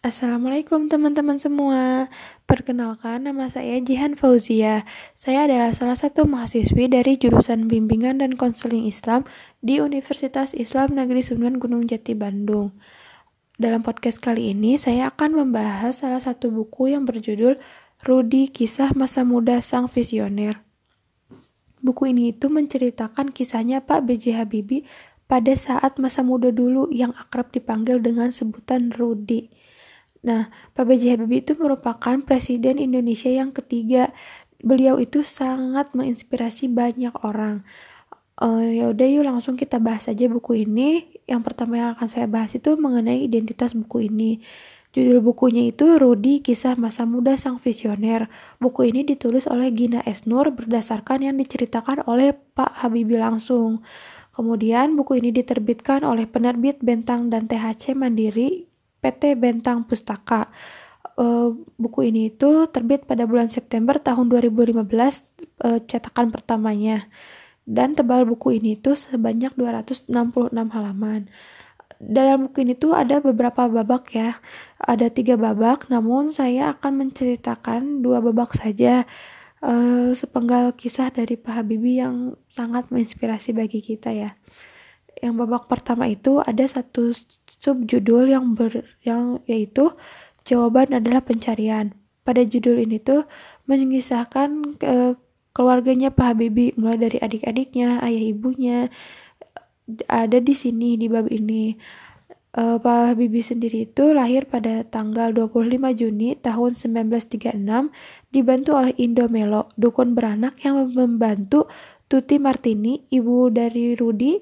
Assalamualaikum teman-teman semua. Perkenalkan, nama saya Jihan Fauzia. Saya adalah salah satu mahasiswi dari jurusan Bimbingan dan Konseling Islam di Universitas Islam Negeri Sunan Gunung Jati, Bandung. Dalam podcast kali ini, saya akan membahas salah satu buku yang berjudul Rudy, Kisah Masa Muda Sang Visioner. Buku ini itu menceritakan kisahnya Pak B.J. Habibie pada saat masa muda dulu yang akrab dipanggil dengan sebutan Rudy. Nah, Pak B.J. Habibie itu merupakan Presiden Indonesia yang ketiga. Beliau itu sangat menginspirasi banyak orang. Ya udah yuk langsung kita bahas aja buku ini. Yang pertama yang akan saya bahas itu mengenai identitas buku ini. Judul bukunya itu Rudy, Kisah Masa Muda Sang Visioner. Buku ini ditulis oleh Gina Esnur berdasarkan yang diceritakan oleh Pak Habibie langsung. Kemudian buku ini diterbitkan oleh penerbit Bentang dan THC Mandiri PT Bentang Pustaka. Buku ini itu terbit pada bulan September tahun 2015, cetakan pertamanya. Dan tebal buku ini itu sebanyak 266 halaman. Dalam buku ini tuh ada beberapa babak ya. Ada 3 babak, namun saya akan menceritakan 2 babak saja. Sepenggal kisah dari Pak Habibie yang sangat menginspirasi bagi kita ya. Yang babak pertama itu ada satu subjudul yang yaitu jawaban adalah pencarian. Pada judul ini tuh mengisahkan keluarganya Pak Habibie, mulai dari adik-adiknya, ayah ibunya ada di sini di bab ini. Pak Habibie sendiri itu lahir pada tanggal 25 Juni tahun 1936 dibantu oleh Indo Melo, dukun beranak yang membantu Tuti Martini, ibu dari Rudy.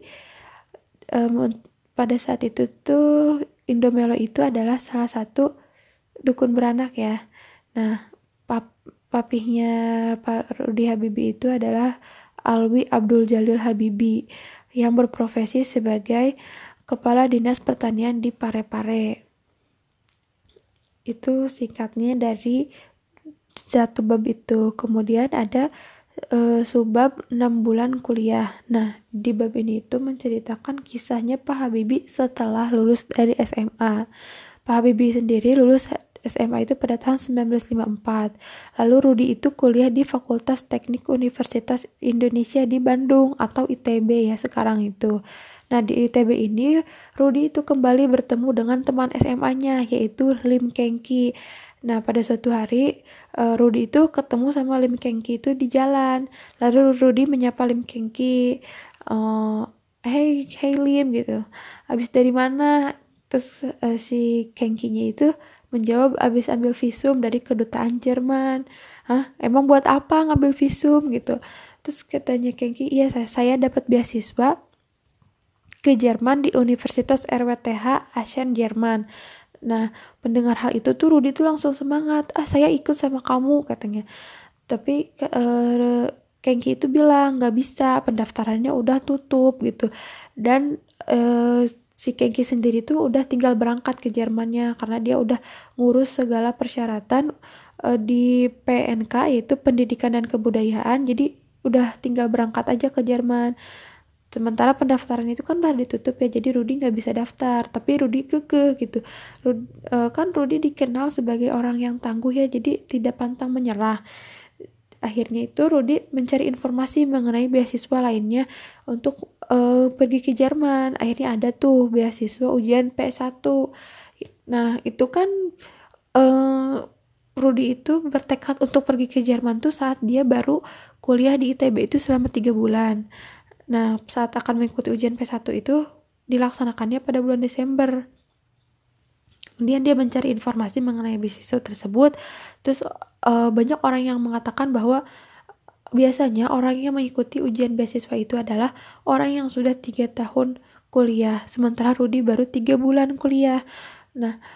Pada saat itu tuh Indomelo itu adalah salah satu dukun beranak ya. Nah, papihnya Pak Rudy Habibie itu adalah Alwi Abdul Jalil Habibie yang berprofesi sebagai Kepala Dinas Pertanian di Parepare. Itu singkatnya dari satu bab itu. Kemudian ada subbab 6 bulan kuliah. Nah, di bab ini itu menceritakan kisahnya Pak Habibie setelah lulus dari SMA. Pak Habibie sendiri lulus SMA itu pada tahun 1954. Lalu Rudy itu kuliah di Fakultas Teknik Universitas Indonesia di Bandung atau ITB ya sekarang itu. Nah, di ITB ini Rudy itu kembali bertemu dengan teman SMA-nya yaitu Lim Kengki. Nah, pada suatu hari Rudy itu ketemu sama Lim Kengki itu di jalan. Lalu Rudy menyapa Lim Kengki, hey Lim gitu. Abis dari mana? Terus si Kengkinya itu menjawab abis ambil visum dari kedutaan Jerman. Hah? Emang buat apa ngambil visum gitu? Terus katanya Kengki, iya saya dapat beasiswa ke Jerman di Universitas RWTH Aachen, Jerman. Nah, mendengar hal itu tuh Rudy tuh langsung semangat. Saya ikut sama kamu katanya. Tapi Kengki itu bilang nggak bisa, pendaftarannya udah tutup gitu. Dan si Kengki sendiri tuh udah tinggal berangkat ke Jermannya karena dia udah ngurus segala persyaratan di PNK yaitu Pendidikan dan Kebudayaan. Jadi udah tinggal berangkat aja ke Jerman. Sementara pendaftaran itu kan udah ditutup ya, jadi Rudy nggak bisa daftar. Tapi Rudy kekeh gitu. Kan Rudy dikenal sebagai orang yang tangguh ya, jadi tidak pantang menyerah. Akhirnya itu Rudy mencari informasi mengenai beasiswa lainnya untuk pergi ke Jerman. Akhirnya ada tuh beasiswa ujian P1. Nah itu kan Rudy itu bertekad untuk pergi ke Jerman tuh saat dia baru kuliah di ITB itu selama 3 bulan. Nah, saat akan mengikuti ujian P1 itu dilaksanakannya pada bulan Desember. Kemudian dia mencari informasi mengenai beasiswa tersebut. Terus banyak orang yang mengatakan bahwa biasanya orang yang mengikuti ujian beasiswa itu adalah orang yang sudah 3 tahun kuliah. Sementara Rudy baru 3 bulan kuliah. Nah,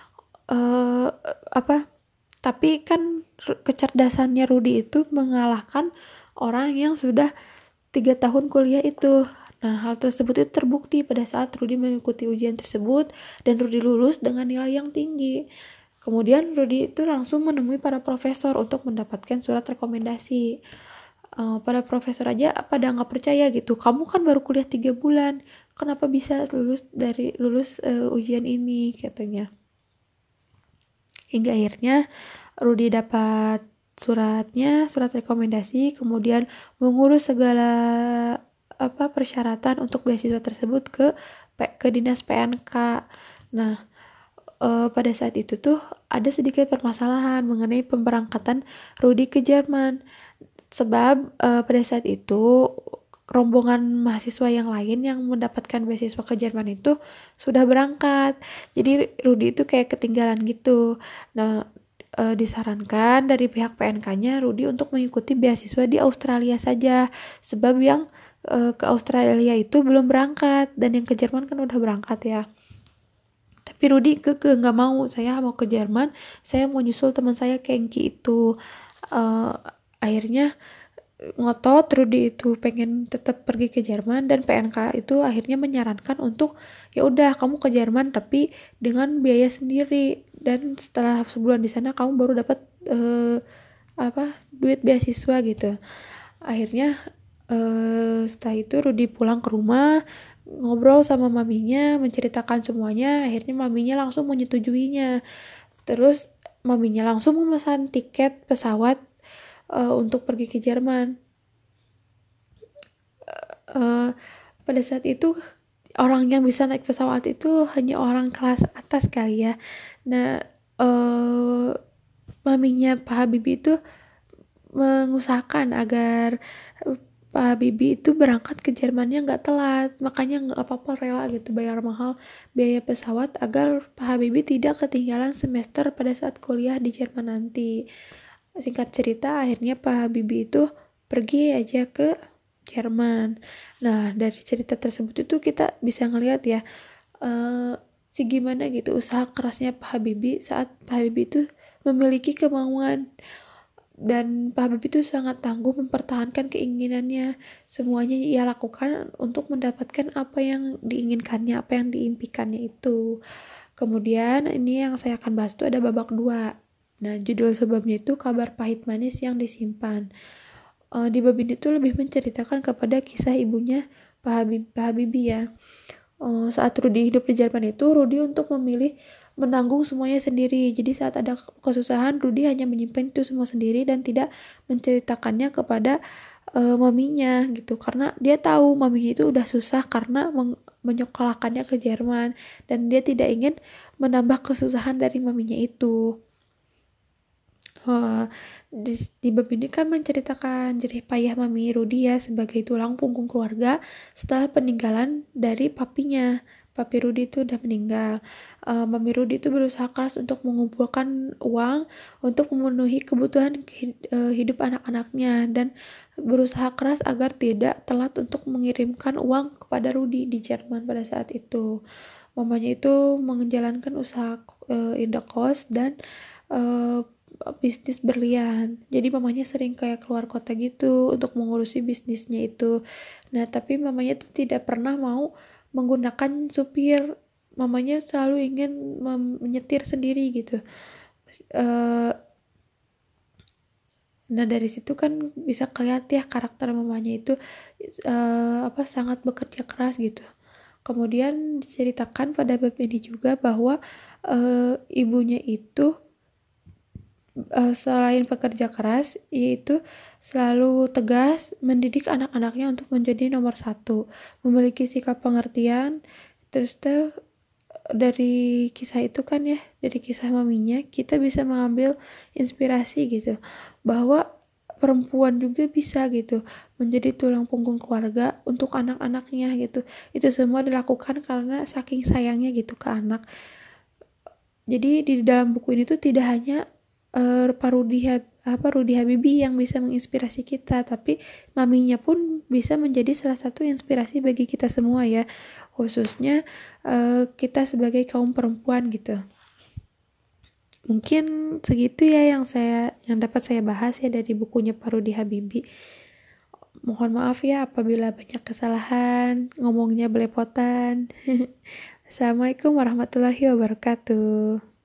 tapi kan kecerdasannya Rudy itu mengalahkan orang yang sudah 3 tahun kuliah itu. Nah, hal tersebut itu terbukti pada saat Rudy mengikuti ujian tersebut dan Rudy lulus dengan nilai yang tinggi. Kemudian Rudy itu langsung menemui para profesor untuk mendapatkan surat rekomendasi. Para profesor aja pada nggak percaya gitu. Kamu kan baru kuliah 3 bulan, kenapa bisa lulus ujian ini katanya. Hingga akhirnya Rudi dapat surat rekomendasi, kemudian mengurus segala persyaratan untuk beasiswa tersebut ke dinas PNK. Nah, pada saat itu tuh ada sedikit permasalahan mengenai pemberangkatan Rudi ke Jerman. Sebab pada saat itu rombongan mahasiswa yang lain yang mendapatkan beasiswa ke Jerman itu sudah berangkat. Jadi Rudi itu kayak ketinggalan gitu. Nah, disarankan dari pihak PNK-nya Rudi untuk mengikuti beasiswa di Australia saja. Sebab yang ke Australia itu belum berangkat dan yang ke Jerman kan udah berangkat ya. Tapi Rudi nggak mau, saya mau ke Jerman, saya mau nyusul teman saya Kengki itu. Akhirnya ngotot Rudi itu pengen tetap pergi ke Jerman, dan PNK itu akhirnya menyarankan untuk ya udah kamu ke Jerman tapi dengan biaya sendiri, dan setelah sebulan di sana kamu baru dapat duit beasiswa gitu. Akhirnya setelah itu Rudi pulang ke rumah, ngobrol sama maminya, menceritakan semuanya. Akhirnya maminya langsung menyetujuinya. Terus maminya langsung memesan tiket pesawat untuk pergi ke Jerman. Pada saat itu orang yang bisa naik pesawat itu hanya orang kelas atas kali ya. Nah, maminya Pak Habibie itu mengusahakan agar Pak Habibie itu berangkat ke Jermannya nggak telat, makanya nggak apa-apa rela gitu bayar mahal biaya pesawat agar Pak Habibie tidak ketinggalan semester pada saat kuliah di Jerman nanti. Singkat cerita, akhirnya Pak Habibie itu pergi aja ke Jerman. Nah, dari cerita tersebut itu kita bisa ngelihat ya, gimana gitu usaha kerasnya Pak Habibie saat Pak Habibie itu memiliki kemauan, dan Pak Habibie itu sangat tangguh mempertahankan keinginannya. Semuanya ia lakukan untuk mendapatkan apa yang diinginkannya, apa yang diimpikannya itu. Kemudian ini yang saya akan bahas itu ada babak 2. Nah, judul sebabnya itu Kabar Pahit Manis yang Disimpan. Di bab ini tuh lebih menceritakan kepada kisah ibunya Pak Habibie ya. Saat Rudi hidup di Jerman itu, Rudi untuk memilih menanggung semuanya sendiri. Jadi saat ada kesusahan, Rudi hanya menyimpan itu semua sendiri dan tidak menceritakannya kepada maminya gitu. Karena dia tahu maminya itu udah susah karena menyekolahkannya ke Jerman, dan dia tidak ingin menambah kesusahan dari maminya itu. Di bab ini kan menceritakan jerih payah Mami Rudi ya sebagai tulang punggung keluarga setelah peninggalan dari papinya. Papi Rudi itu udah meninggal. Mami Rudi itu berusaha keras untuk mengumpulkan uang untuk memenuhi kebutuhan hidup anak-anaknya, dan berusaha keras agar tidak telat untuk mengirimkan uang kepada Rudi di Jerman pada saat itu. Mamanya itu menjalankan usaha indekos dan bisnis berlian. Jadi mamanya sering kayak keluar kota gitu untuk mengurusi bisnisnya itu. Nah, tapi mamanya tuh tidak pernah mau menggunakan supir. Mamanya selalu ingin menyetir sendiri gitu. Nah, dari situ kan bisa kelihatan ya karakter mamanya itu sangat bekerja keras gitu. Kemudian diceritakan pada bab ini juga bahwa ibunya itu selain pekerja keras, yaitu selalu tegas mendidik anak-anaknya untuk menjadi nomor 1, memiliki sikap pengertian. Terus tuh dari kisah itu kan ya, dari kisah maminya kita bisa mengambil inspirasi gitu, bahwa perempuan juga bisa gitu menjadi tulang punggung keluarga untuk anak-anaknya gitu. Itu semua dilakukan karena saking sayangnya gitu ke anak. Jadi di dalam buku ini tuh tidak hanya Pak Rudi Habibie yang bisa menginspirasi kita, tapi maminya pun bisa menjadi salah satu inspirasi bagi kita semua ya, khususnya kita sebagai kaum perempuan gitu. Mungkin segitu ya yang dapat saya bahas ya dari bukunya Pak Rudi Habibie. Mohon maaf ya apabila banyak kesalahan, ngomongnya belepotan. Assalamualaikum warahmatullahi wabarakatuh.